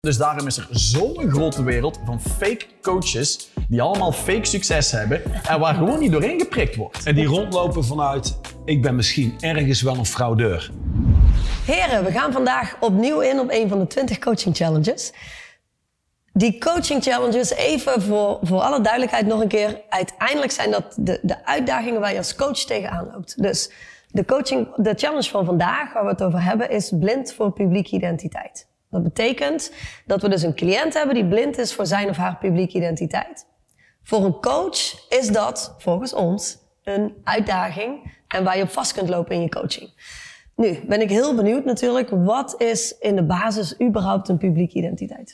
Dus daarom is er zo'n grote wereld van fake coaches die allemaal fake succes hebben en waar gewoon niet doorheen geprikt wordt. En die rondlopen vanuit, ik ben misschien ergens wel een fraudeur. Heren, we gaan vandaag opnieuw in op een van de 20 coaching challenges. Die coaching challenges, even voor alle duidelijkheid nog een keer. Uiteindelijk zijn dat de uitdagingen waar je als coach tegenaan loopt. Dus de challenge van vandaag, waar we het over hebben, is blind voor publieke identiteit. Dat betekent dat we dus een cliënt hebben die blind is voor zijn of haar publieke identiteit. Voor een coach is dat, volgens ons, een uitdaging en waar je op vast kunt lopen in je coaching. Nu ben ik heel benieuwd natuurlijk, wat is in de basis überhaupt een publieke identiteit?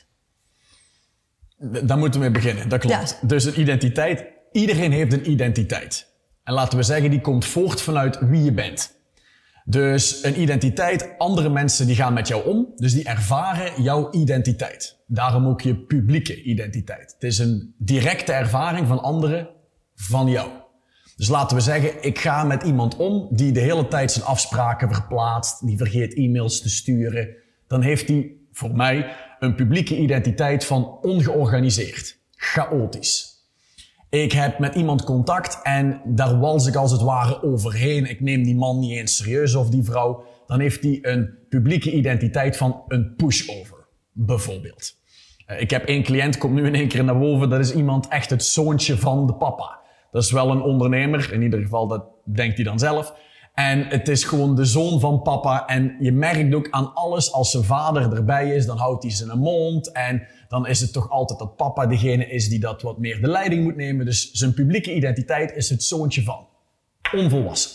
Daar moeten we mee beginnen, dat klopt. Ja. Dus een identiteit, iedereen heeft een identiteit. En laten we zeggen, die komt voort vanuit wie je bent. Dus een identiteit, andere mensen die gaan met jou om, dus die ervaren jouw identiteit. Daarom ook je publieke identiteit. Het is een directe ervaring van anderen van jou. Dus laten we zeggen, ik ga met iemand om die de hele tijd zijn afspraken verplaatst, die vergeet e-mails te sturen. Dan heeft hij voor mij een publieke identiteit van ongeorganiseerd, chaotisch. Ik heb met iemand contact en daar wals ik als het ware overheen. Ik neem die man niet eens serieus of die vrouw. Dan heeft hij een publieke identiteit van een pushover, bijvoorbeeld. Ik heb één cliënt, komt nu in één keer naar boven. Dat is iemand echt het zoontje van de papa. Dat is wel een ondernemer, in ieder geval dat denkt hij dan zelf. En het is gewoon de zoon van papa. En je merkt ook aan alles, als zijn vader erbij is, dan houdt hij zijn mond. En dan is het toch altijd dat papa degene is die dat wat meer de leiding moet nemen. Dus zijn publieke identiteit is het zoontje van. Onvolwassen.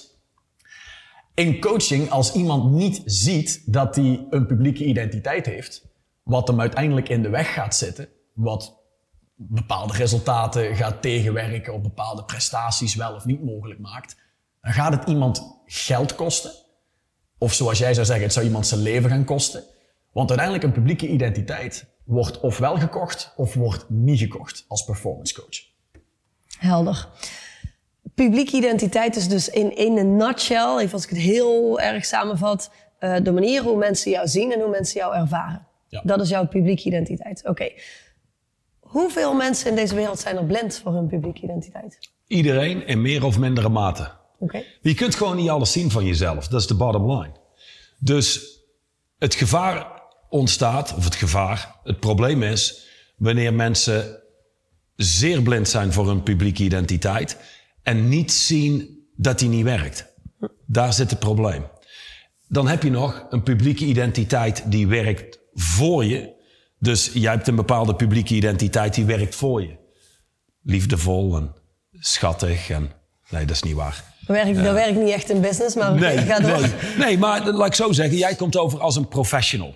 In coaching, als iemand niet ziet dat hij een publieke identiteit heeft, wat hem uiteindelijk in de weg gaat zitten, wat bepaalde resultaten gaat tegenwerken of bepaalde prestaties wel of niet mogelijk maakt, dan gaat het iemand geld kosten. Of zoals jij zou zeggen, het zou iemand zijn leven gaan kosten. Want uiteindelijk een publieke identiteit wordt ofwel gekocht of wordt niet gekocht als performance coach. Helder. Publieke identiteit is dus in een nutshell, even als ik het heel erg samenvat, de manier hoe mensen jou zien en hoe mensen jou ervaren. Ja. Dat is jouw publieke identiteit. Oké. Hoeveel mensen in deze wereld zijn er blind voor hun publieke identiteit? Iedereen in meer of mindere mate. Okay. Je kunt gewoon niet alles zien van jezelf. Dat is de bottom line. Dus het gevaar ontstaat, het probleem is, wanneer mensen zeer blind zijn voor hun publieke identiteit en niet zien dat die niet werkt. Daar zit het probleem. Dan heb je nog een publieke identiteit die werkt voor je. Dus jij hebt een bepaalde publieke identiteit die werkt voor je. Liefdevol en schattig en... Nee, dat is niet waar. Dat werkt niet echt in business, maar ga door. Nee, maar laat ik zo zeggen. Jij komt over als een professional.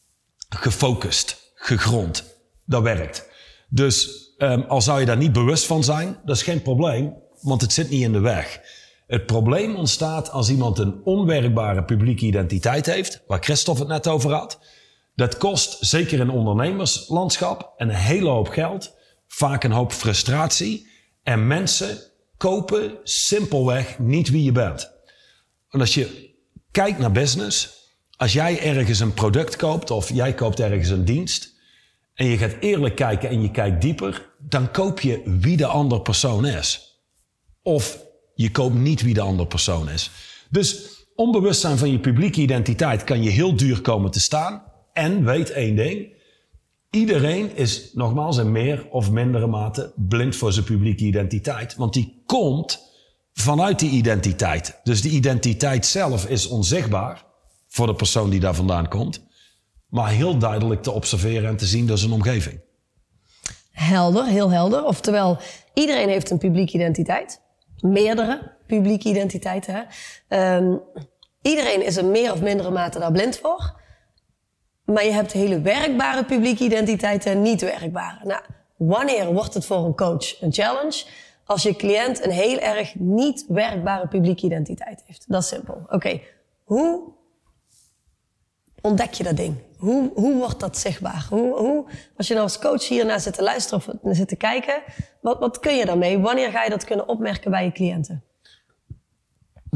Gefocust, gegrond. Dat werkt. Dus al zou je daar niet bewust van zijn, dat is geen probleem, want het zit niet in de weg. Het probleem ontstaat als iemand een onwerkbare publieke identiteit heeft, waar Christophe het net over had. Dat kost, zeker in ondernemerslandschap, een hele hoop geld, vaak een hoop frustratie. En mensen kopen simpelweg niet wie je bent. En als je kijkt naar business, als jij ergens een product koopt of jij koopt ergens een dienst en je gaat eerlijk kijken en je kijkt dieper, dan koop je wie de andere persoon is. Of je koopt niet wie de andere persoon is. Dus onbewustzijn van je publieke identiteit kan je heel duur komen te staan. En weet één ding, iedereen is nogmaals in meer of mindere mate blind voor zijn publieke identiteit. Want die komt vanuit die identiteit. Dus die identiteit zelf is onzichtbaar voor de persoon die daar vandaan komt. Maar heel duidelijk te observeren en te zien door zijn omgeving. Helder, heel helder. Oftewel, iedereen heeft een publieke identiteit. Meerdere publieke identiteiten. Iedereen is in meer of mindere mate daar blind voor. Maar je hebt hele werkbare publieke identiteiten en niet werkbare. Nou, wanneer wordt het voor een coach een challenge? Als je cliënt een heel erg niet werkbare publieke identiteit heeft. Dat is simpel. Oké, hoe ontdek je dat ding? Hoe wordt dat zichtbaar? Als je nou als coach hiernaar zit te luisteren of zit te kijken, wat kun je daarmee? Wanneer ga je dat kunnen opmerken bij je cliënten?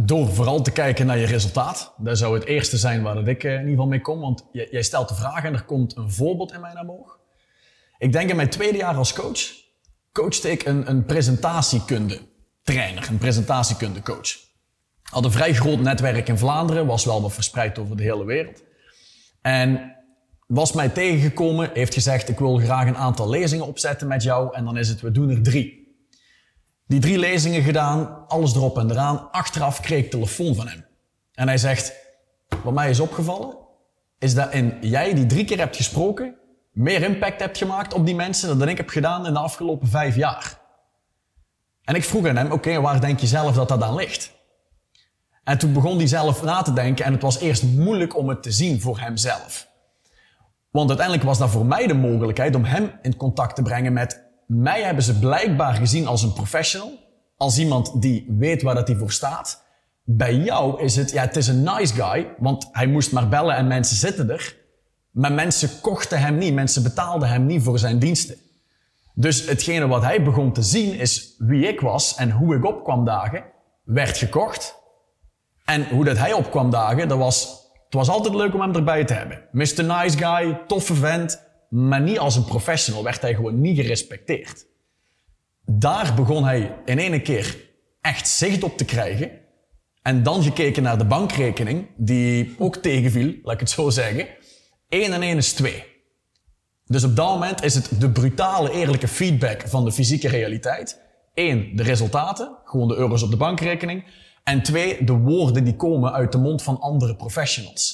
Door vooral te kijken naar je resultaat. Dat zou het eerste zijn waar ik in ieder geval mee kom. Want jij stelt de vraag en er komt een voorbeeld in mij naar boven. Ik denk in mijn 2e jaar als coach, coachte ik een presentatiekunde trainer, een presentatiekunde coach. Had een vrij groot netwerk in Vlaanderen, was wel wat verspreid over de hele wereld. En was mij tegengekomen, heeft gezegd, ik wil graag een aantal lezingen opzetten met jou. En dan is het, we doen er 3. Die 3 lezingen gedaan, alles erop en eraan. Achteraf kreeg ik telefoon van hem. En hij zegt, wat mij is opgevallen, is dat jij die 3 keer hebt gesproken, meer impact hebt gemaakt op die mensen dan ik heb gedaan in de afgelopen 5 jaar. En ik vroeg aan hem, oké, waar denk je zelf dat dat aan ligt? En toen begon hij zelf na te denken en het was eerst moeilijk om het te zien voor hemzelf. Want uiteindelijk was dat voor mij de mogelijkheid om hem in contact te brengen met... Mij hebben ze blijkbaar gezien als een professional, als iemand die weet waar dat hij voor staat. Bij jou is het, het is een nice guy, want hij moest maar bellen en mensen zitten er. Maar mensen kochten hem niet, mensen betaalden hem niet voor zijn diensten. Dus hetgene wat hij begon te zien is wie ik was en hoe ik op kwam dagen, werd gekocht. En hoe dat hij op kwam dagen, het was altijd leuk om hem erbij te hebben. Mr. Nice Guy, toffe vent, maar niet als een professional, werd hij gewoon niet gerespecteerd. Daar begon hij in één keer echt zicht op te krijgen. En dan gekeken naar de bankrekening, die ook tegenviel, laat ik het zo zeggen. 1 en 1 is 2. Dus op dat moment is het de brutale, eerlijke feedback van de fysieke realiteit. 1, de resultaten, gewoon de euro's op de bankrekening. En 2, de woorden die komen uit de mond van andere professionals.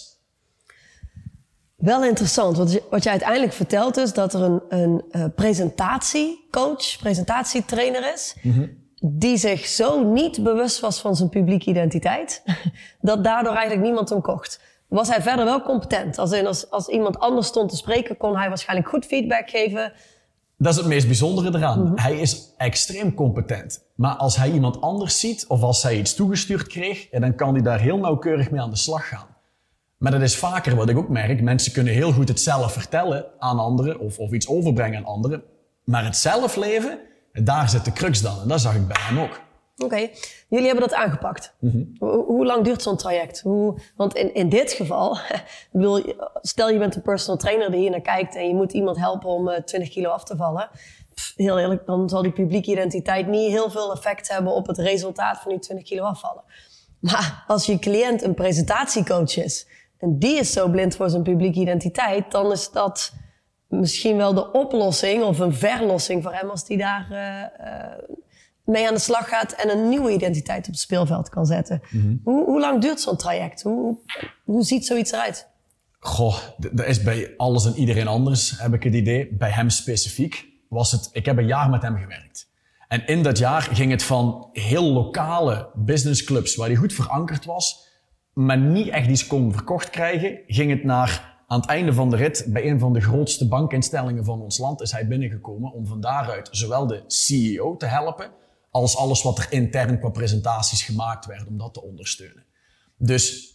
Wel interessant, want wat je uiteindelijk vertelt is dat er een presentatiecoach, presentatietrainer is... die zich zo niet bewust was van zijn publieke identiteit, dat daardoor eigenlijk niemand hem kocht. Was hij verder wel competent? Als iemand anders stond te spreken, kon hij waarschijnlijk goed feedback geven. Dat is het meest bijzondere eraan. Hij is extreem competent. Maar als hij iemand anders ziet, of als hij iets toegestuurd kreeg, dan kan hij daar heel nauwkeurig mee aan de slag gaan. Maar dat is vaker wat ik ook merk. Mensen kunnen heel goed het zelf vertellen aan anderen, of iets overbrengen aan anderen. Maar het zelfleven, daar zit de crux dan. En dat zag ik bij hem ook. Oké, jullie hebben dat aangepakt. Hoe lang duurt zo'n traject? Want in dit geval, stel je bent een personal trainer die hier naar kijkt en je moet iemand helpen om 20 kilo af te vallen. Heel eerlijk, dan zal die publieke identiteit niet heel veel effect hebben op het resultaat van die 20 kilo afvallen. Maar als je cliënt een presentatiecoach is en die is zo blind voor zijn publieke identiteit, dan is dat misschien wel de oplossing of een verlossing voor hem als die daar mee aan de slag gaat en een nieuwe identiteit op het speelveld kan zetten. Hoe lang duurt zo'n traject? Hoe ziet zoiets eruit? Goh, dat is bij alles en iedereen anders, heb ik het idee. Bij hem specifiek was het... Ik heb een jaar met hem gewerkt. En in dat jaar ging het van heel lokale businessclubs waar hij goed verankerd was, maar niet echt iets kon verkocht krijgen, ging het naar... Aan het einde van de rit, bij een van de grootste bankinstellingen van ons land, is hij binnengekomen om van daaruit zowel de CEO te helpen, als alles wat er intern qua presentaties gemaakt werd, om dat te ondersteunen. Dus...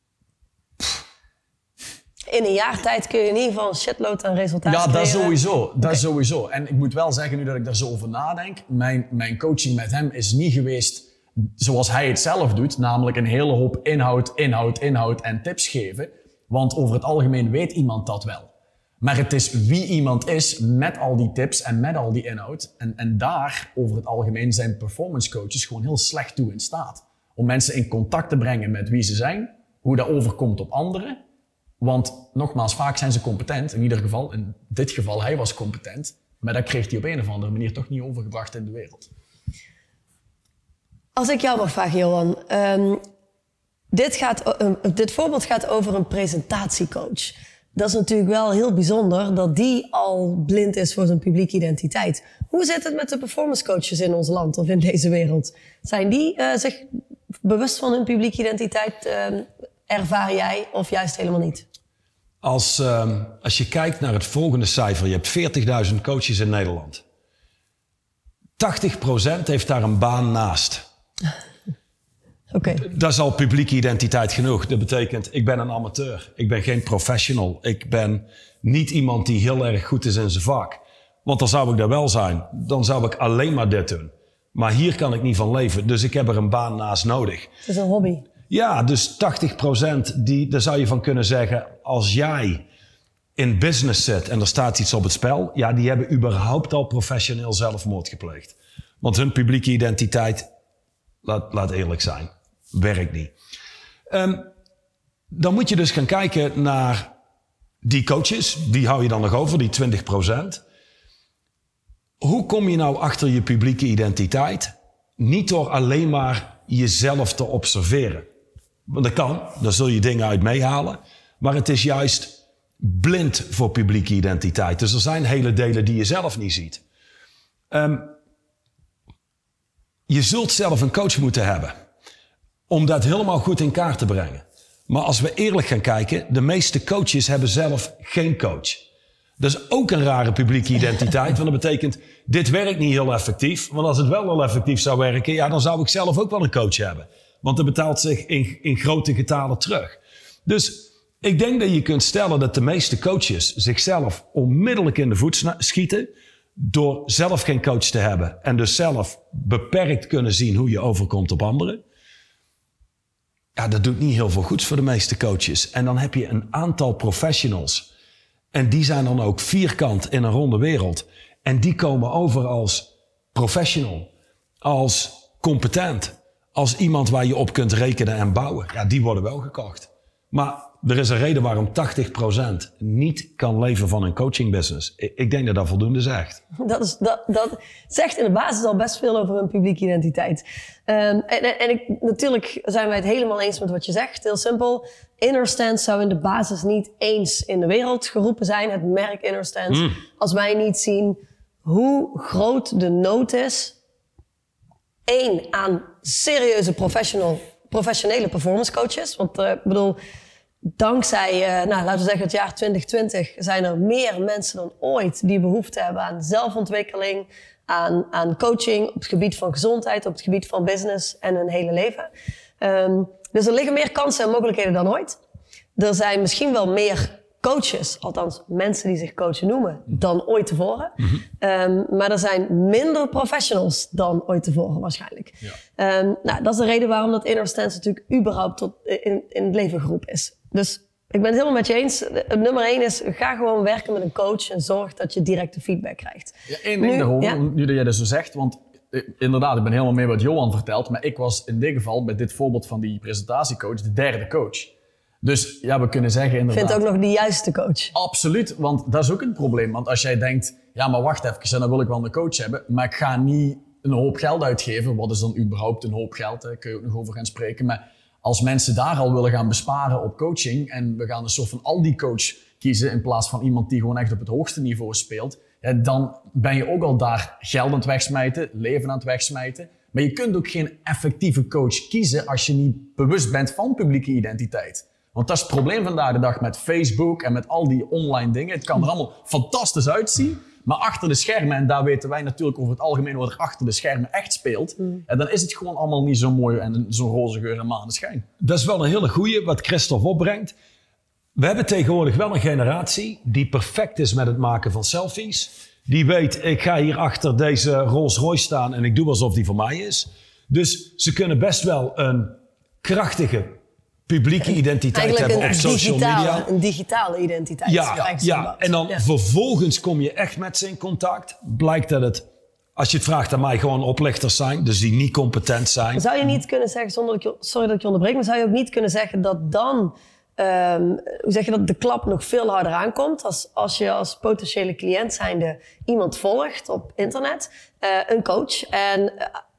In een jaar tijd kun je in ieder geval een shitload aan resultaten creëren. Ja, dat sowieso. sowieso. En ik moet wel zeggen, nu dat ik daar zo over nadenk, mijn coaching met hem is niet geweest zoals hij het zelf doet, namelijk een hele hoop inhoud en tips geven. Want over het algemeen weet iemand dat wel. Maar het is wie iemand is met al die tips en met al die inhoud. En daar, over het algemeen, zijn performance coaches gewoon heel slecht toe in staat. Om mensen in contact te brengen met wie ze zijn, hoe dat overkomt op anderen. Want nogmaals, vaak zijn ze competent. In ieder geval, in dit geval, hij was competent. Maar dat kreeg hij op een of andere manier toch niet overgebracht in de wereld. Als ik jou mag vragen, Johan. Dit voorbeeld gaat over een presentatiecoach. Dat is natuurlijk wel heel bijzonder dat die al blind is voor zijn publieke identiteit. Hoe zit het met de performance coaches in ons land of in deze wereld? Zijn die zich bewust van hun publieke identiteit, ervaar jij, of juist helemaal niet? Als je kijkt naar het volgende cijfer, je hebt 40.000 coaches in Nederland. 80% heeft daar een baan naast. Okay. Dat is al publieke identiteit genoeg. Dat betekent, ik ben een amateur. Ik ben geen professional. Ik ben niet iemand die heel erg goed is in zijn vak. Want dan zou ik dat wel zijn. Dan zou ik alleen maar dit doen. Maar hier kan ik niet van leven. Dus ik heb er een baan naast nodig. Het is een hobby. Ja, dus 80% daar zou je van kunnen zeggen, als jij in business zit en er staat iets op het spel, ja, die hebben überhaupt al professioneel zelfmoord gepleegd. Want hun publieke identiteit, laat eerlijk zijn, werkt niet. Dan moet je dus gaan kijken naar die coaches, die hou je dan nog over, die 20%. Hoe kom je nou achter je publieke identiteit? Niet door alleen maar jezelf te observeren. Want dat kan, daar zul je dingen uit meehalen. Maar het is juist blind voor publieke identiteit. Dus er zijn hele delen die je zelf niet ziet. Je zult zelf een coach moeten hebben. Om dat helemaal goed in kaart te brengen. Maar als we eerlijk gaan kijken, de meeste coaches hebben zelf geen coach. Dat is ook een rare publieke identiteit. Want dat betekent, dit werkt niet heel effectief. Want als het wel heel effectief zou werken, ja, dan zou ik zelf ook wel een coach hebben. Want dat betaalt zich in grote getalen terug. Dus ik denk dat je kunt stellen dat de meeste coaches zichzelf onmiddellijk in de voet schieten. Door zelf geen coach te hebben. En dus zelf beperkt kunnen zien hoe je overkomt op anderen. Ja, dat doet niet heel veel goeds voor de meeste coaches. En dan heb je een aantal professionals. En die zijn dan ook vierkant in een ronde wereld. En die komen over als professional. Als competent. Als iemand waar je op kunt rekenen en bouwen. Ja, die worden wel gekocht. Maar er is een reden waarom 80% niet kan leven van een coachingbusiness. Ik denk dat dat voldoende zegt. Dat zegt in de basis al best veel over hun publieke identiteit. Natuurlijk zijn wij het helemaal eens met wat je zegt. Heel simpel. Innerstance zou in de basis niet eens in de wereld geroepen zijn. Het merk Innerstance. Als wij niet zien hoe groot de nood is. 1, aan serieuze professionele performance coaches. Want ik bedoel, dankzij, laten we zeggen het jaar 2020... zijn er meer mensen dan ooit die behoefte hebben aan zelfontwikkeling, aan coaching op het gebied van gezondheid, op het gebied van business en hun hele leven. Dus er liggen meer kansen en mogelijkheden dan ooit. Er zijn misschien wel meer coaches, althans mensen die zich coach noemen, dan ooit tevoren. Maar er zijn minder professionals dan ooit tevoren waarschijnlijk. Ja. Dat is de reden waarom dat Innerstance natuurlijk überhaupt in het leven geroepen is. Dus ik ben het helemaal met je eens. Nummer 1 is, ga gewoon werken met een coach en zorg dat je directe feedback krijgt. Ja, één ding daarover, nu dat jij dat zo zegt, want inderdaad, ik ben helemaal mee wat Johan vertelt, maar ik was in dit geval, bij dit voorbeeld van die presentatiecoach, de derde coach. Dus ja, we kunnen zeggen inderdaad... Ik vind ook nog de juiste coach. Absoluut, want dat is ook een probleem. Want als jij denkt, ja maar wacht even, dan wil ik wel een coach hebben, maar ik ga niet een hoop geld uitgeven. Wat is dan überhaupt een hoop geld? Daar kun je ook nog over gaan spreken. Maar als mensen daar al willen gaan besparen op coaching en we gaan een soort van Aldi-coach kiezen in plaats van iemand die gewoon echt op het hoogste niveau speelt, ja, dan ben je ook al daar geld aan het wegsmijten, leven aan het wegsmijten. Maar je kunt ook geen effectieve coach kiezen als je niet bewust bent van publieke identiteit. Want dat is het probleem vandaag de dag met Facebook en met al die online dingen. Het kan er allemaal fantastisch uitzien, maar achter de schermen, en daar weten wij natuurlijk over het algemeen wat er achter de schermen echt speelt, en dan is het gewoon allemaal niet zo mooi en zo'n roze geur en maneschijn. Dat is wel een hele goeie wat Christophe opbrengt. We hebben tegenwoordig wel een generatie die perfect is met het maken van selfies. Die weet, ik ga hier achter deze Rolls Royce staan en ik doe alsof die voor mij is. Dus ze kunnen best wel een krachtige publieke identiteit hebben op social media. Een digitale identiteit. Ja. En dan vervolgens kom je echt met ze in contact. Blijkt dat het, als je het vraagt aan mij, gewoon oplichters zijn. Dus die niet competent zijn. Zou je niet kunnen zeggen, sorry dat ik je onderbreek, maar zou je ook niet kunnen zeggen dat dan, hoe zeg je dat, de klap nog veel harder aankomt als je als potentiële cliënt zijnde iemand volgt op internet, een coach, en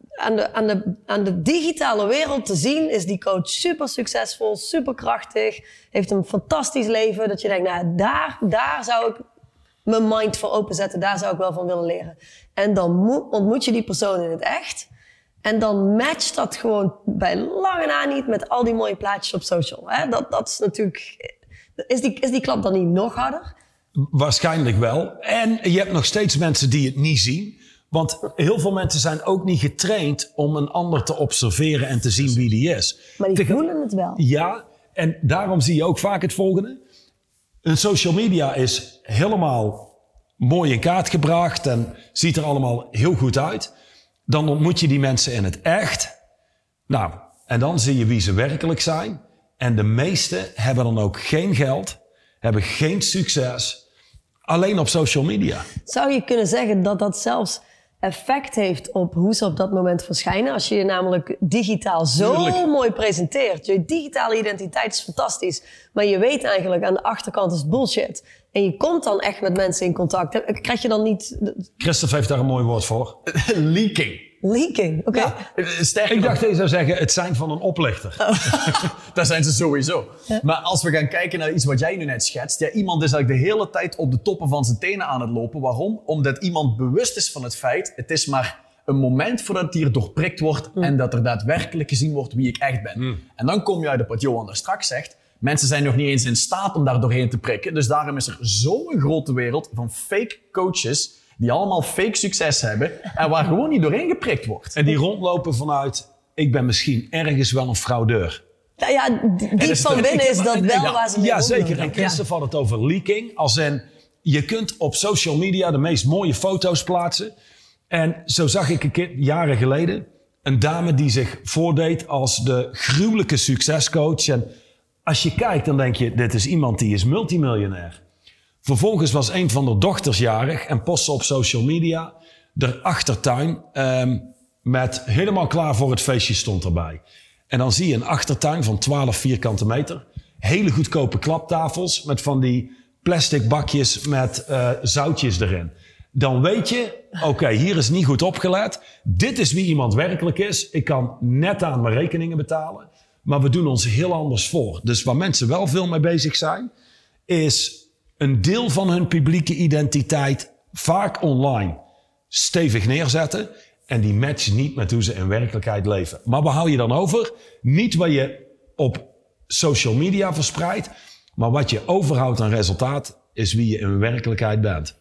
aan de digitale wereld te zien is die coach super succesvol, super krachtig, heeft een fantastisch leven, dat je denkt, nou, daar zou ik mijn mind voor openzetten, daar zou ik wel van willen leren. En dan ontmoet je die persoon in het echt. En dan matcht dat gewoon bij lange na niet met al die mooie plaatjes op social. Hè? Dat is natuurlijk... Is die klap dan niet nog harder? Waarschijnlijk wel. En je hebt nog steeds mensen die het niet zien. Want heel veel mensen zijn ook niet getraind om een ander te observeren en te zien wie die is. Maar die voelen het wel. Ja, en daarom zie je ook vaak het volgende. Een social media is helemaal mooi in kaart gebracht en ziet er allemaal heel goed uit. Dan ontmoet je die mensen in het echt. Nou, en dan zie je wie ze werkelijk zijn. En de meesten hebben dan ook geen geld, hebben geen succes, alleen op social media. Zou je kunnen zeggen dat dat zelfs effect heeft op hoe ze op dat moment verschijnen? Als je je namelijk digitaal zo mooi presenteert. Je digitale identiteit is fantastisch. Maar je weet eigenlijk aan de achterkant is bullshit. En je komt dan echt met mensen in contact. Krijg je dan niet... Christophe heeft daar een mooi woord voor. Leaking. Leaking, oké. Ja, ik dacht dat je zou zeggen, het zijn van een oplichter. Daar zijn ze sowieso. Ja. Maar als we gaan kijken naar iets wat jij nu net schetst. Ja, iemand is eigenlijk de hele tijd op de toppen van zijn tenen aan het lopen. Waarom? Omdat iemand bewust is van het feit, het is maar een moment voordat het hier doorprikt wordt. En dat er daadwerkelijk gezien wordt wie ik echt ben. En dan kom je uit op wat Johan daar straks zegt. Mensen zijn nog niet eens in staat om daar doorheen te prikken. Dus daarom is er zo'n grote wereld van fake coaches die allemaal fake succes hebben en waar gewoon niet doorheen geprikt wordt. En die rondlopen vanuit, ik ben misschien ergens wel een fraudeur. Nou ja, diep van binnen is dat wel waar ze mee Ja, zeker. En Christophe had het over leaking. Als in, je kunt op social media de meest mooie foto's plaatsen. En zo zag ik een keer, jaren geleden, een dame die zich voordeed als de gruwelijke succescoach. En als je kijkt, dan denk je, dit is iemand die is multimiljonair. Vervolgens was een van de dochters jarig en postte op social media. De achtertuin met helemaal klaar voor het feestje stond erbij. En dan zie je een achtertuin van 12 vierkante meter. Hele goedkope klaptafels met van die plastic bakjes met zoutjes erin. Dan weet je, oké, hier is niet goed opgelet. Dit is wie iemand werkelijk is. Ik kan net aan mijn rekeningen betalen. Maar we doen ons heel anders voor. Dus waar mensen wel veel mee bezig zijn, is een deel van hun publieke identiteit, vaak online, stevig neerzetten. En die matcht niet met hoe ze in werkelijkheid leven. Maar waar hou je dan over? Niet wat je op social media verspreidt, maar wat je overhoudt aan resultaat, is wie je in werkelijkheid bent.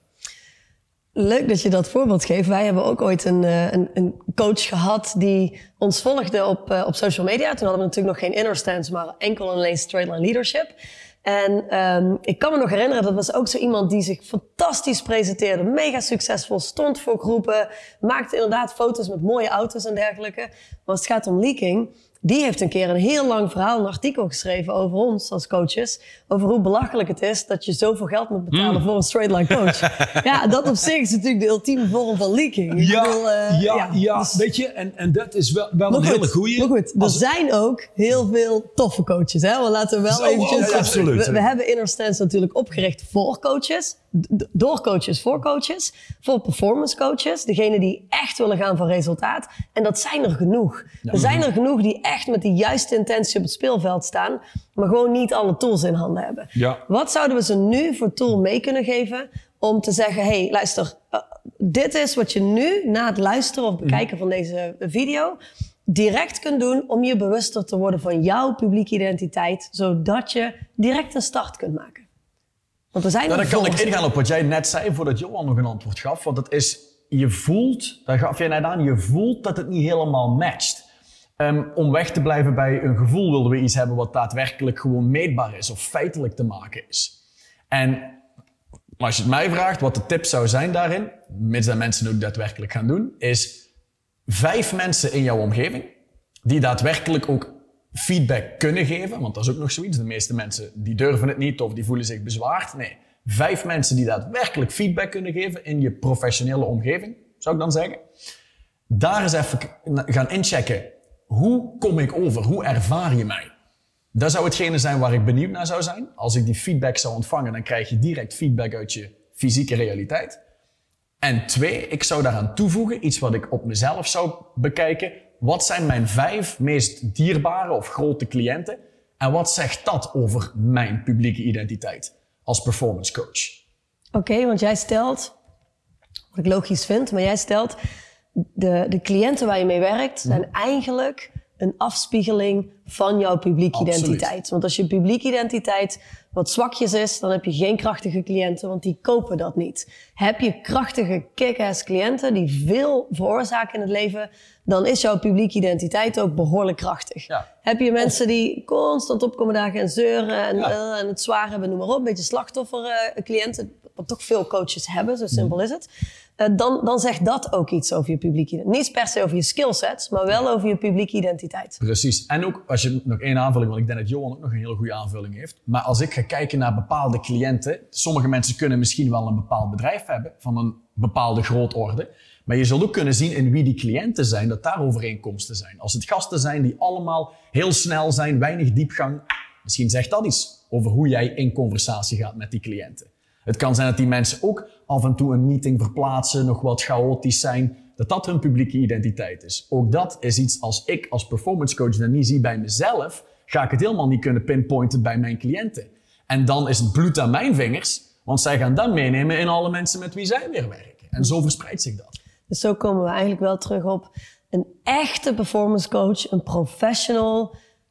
Leuk dat je dat voorbeeld geeft. Wij hebben ook ooit een coach gehad die ons volgde op social media. Toen hadden we natuurlijk nog geen inner stance, maar enkel en alleen straight line leadership. En ik kan me nog herinneren, dat was ook zo iemand die zich fantastisch presenteerde. Mega succesvol, stond voor groepen, maakte inderdaad foto's met mooie auto's en dergelijke. Maar als het gaat om leaking, die heeft een keer een heel lang verhaal, een artikel geschreven over ons als coaches. Over hoe belachelijk het is dat je zoveel geld moet betalen voor een straight line coach. Ja, dat op zich is natuurlijk de ultieme vorm van leaking. Dus, weet je, en dat is wel een hele goeie. Maar goed, er zijn ook heel veel toffe coaches. Hè? Want laten we wel eventjes... absoluut. We hebben Inner Stance natuurlijk opgericht voor coaches. Door coaches voor coaches. Voor performance coaches. Degene die echt willen gaan voor resultaat. En dat zijn er genoeg. Ja. Er zijn er genoeg die echt met de juiste intentie op het speelveld staan. Maar gewoon niet alle tools in handen hebben. Ja. Wat zouden we ze nu voor tool mee kunnen geven om te zeggen, hey, luister, dit is wat je nu na het luisteren of bekijken van deze video direct kunt doen om je bewuster te worden van jouw publieke identiteit, zodat je direct een start kunt maken. Want er zijn dan kan ik ingaan op wat jij net zei voordat Johan nog een antwoord gaf. Want het is, je voelt, daar gaf jij net aan, je voelt dat het niet helemaal matcht. Om weg te blijven bij een gevoel wilden we iets hebben wat daadwerkelijk gewoon meetbaar is of feitelijk te maken is. En als je het mij vraagt wat de tip zou zijn daarin, mits dat mensen ook daadwerkelijk gaan doen, is 5 mensen in jouw omgeving die daadwerkelijk ook feedback kunnen geven. Want dat is ook nog zoiets. De meeste mensen die durven het niet of die voelen zich bezwaard. Nee, 5 mensen die daadwerkelijk feedback kunnen geven in je professionele omgeving, zou ik dan zeggen. Daar eens even gaan inchecken. Hoe kom ik over? Hoe ervaar je mij? Dat zou hetgene zijn waar ik benieuwd naar zou zijn. Als ik die feedback zou ontvangen, dan krijg je direct feedback uit je fysieke realiteit. En 2, ik zou daaraan toevoegen, iets wat ik op mezelf zou bekijken. Wat zijn mijn 5 meest dierbare of grote cliënten? En wat zegt dat over mijn publieke identiteit als performance coach? Oké, want jij stelt, wat ik logisch vind, maar jij stelt, de cliënten waar je mee werkt zijn eigenlijk een afspiegeling van jouw publiekidentiteit. Want als je publiekidentiteit wat zwakjes is, dan heb je geen krachtige cliënten, want die kopen dat niet. Heb je krachtige kick-ass cliënten die veel veroorzaken in het leven, dan is jouw publiekidentiteit ook behoorlijk krachtig. Ja. Heb je mensen die constant opkomen dagen en zeuren en het zwaar hebben, noem maar op, een beetje slachtoffercliënten, wat toch veel coaches hebben, zo simpel is het. Dan zegt dat ook iets over je publieke identiteit. Niet per se over je skillsets, maar wel over je publieke identiteit. Precies. En ook, als je nog één aanvulling, want ik denk dat Johan ook nog een hele goede aanvulling heeft. Maar als ik ga kijken naar bepaalde cliënten, sommige mensen kunnen misschien wel een bepaald bedrijf hebben, van een bepaalde grootorde. Maar je zult ook kunnen zien in wie die cliënten zijn, dat daar overeenkomsten zijn. Als het gasten zijn die allemaal heel snel zijn, weinig diepgang, misschien zegt dat iets over hoe jij in conversatie gaat met die cliënten. Het kan zijn dat die mensen ook af en toe een meeting verplaatsen, nog wat chaotisch zijn, dat hun publieke identiteit is. Ook dat is iets, als ik als performance coach dat niet zie bij mezelf, ga ik het helemaal niet kunnen pinpointen bij mijn cliënten. En dan is het bloed aan mijn vingers, want zij gaan dat meenemen in alle mensen met wie zij weer werken. En zo verspreidt zich dat. Dus zo komen we eigenlijk wel terug op een echte performance coach, een professional,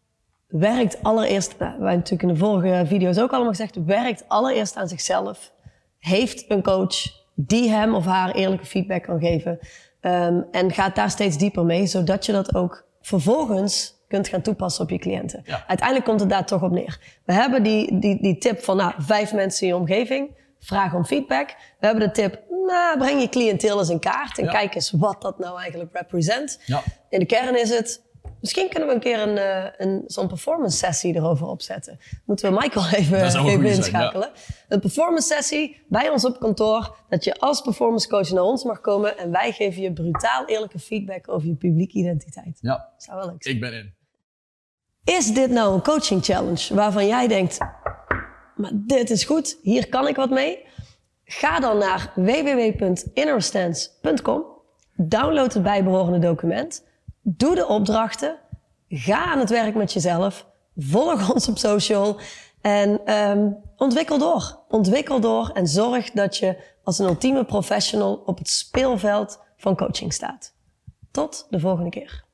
werkt allereerst, wij hebben natuurlijk in de vorige video's ook allemaal gezegd, werkt allereerst aan zichzelf. Heeft een coach die hem of haar eerlijke feedback kan geven. En gaat daar steeds dieper mee, zodat je dat ook vervolgens kunt gaan toepassen op je cliënten. Ja. Uiteindelijk komt het daar toch op neer. We hebben die tip van 5 mensen in je omgeving, vraag om feedback. We hebben de tip, breng je cliënteel eens in kaart en kijk eens wat dat nou eigenlijk represent. Ja. In de kern is het, misschien kunnen we een keer zo'n performance sessie erover opzetten. Moeten we Michael even inschakelen. Ja. Een performance sessie bij ons op kantoor, dat je als performance coach naar ons mag komen en wij geven je brutaal eerlijke feedback over je publieke identiteit. Ja, zou wel leuk zijn. Ik ben in. Is dit nou een coaching challenge waarvan jij denkt, maar dit is goed, hier kan ik wat mee? Ga dan naar www.innerstance.com, download het bijbehorende document, doe de opdrachten, ga aan het werk met jezelf, volg ons op social en ontwikkel door. Ontwikkel door en zorg dat je als een ultieme professional op het speelveld van coaching staat. Tot de volgende keer.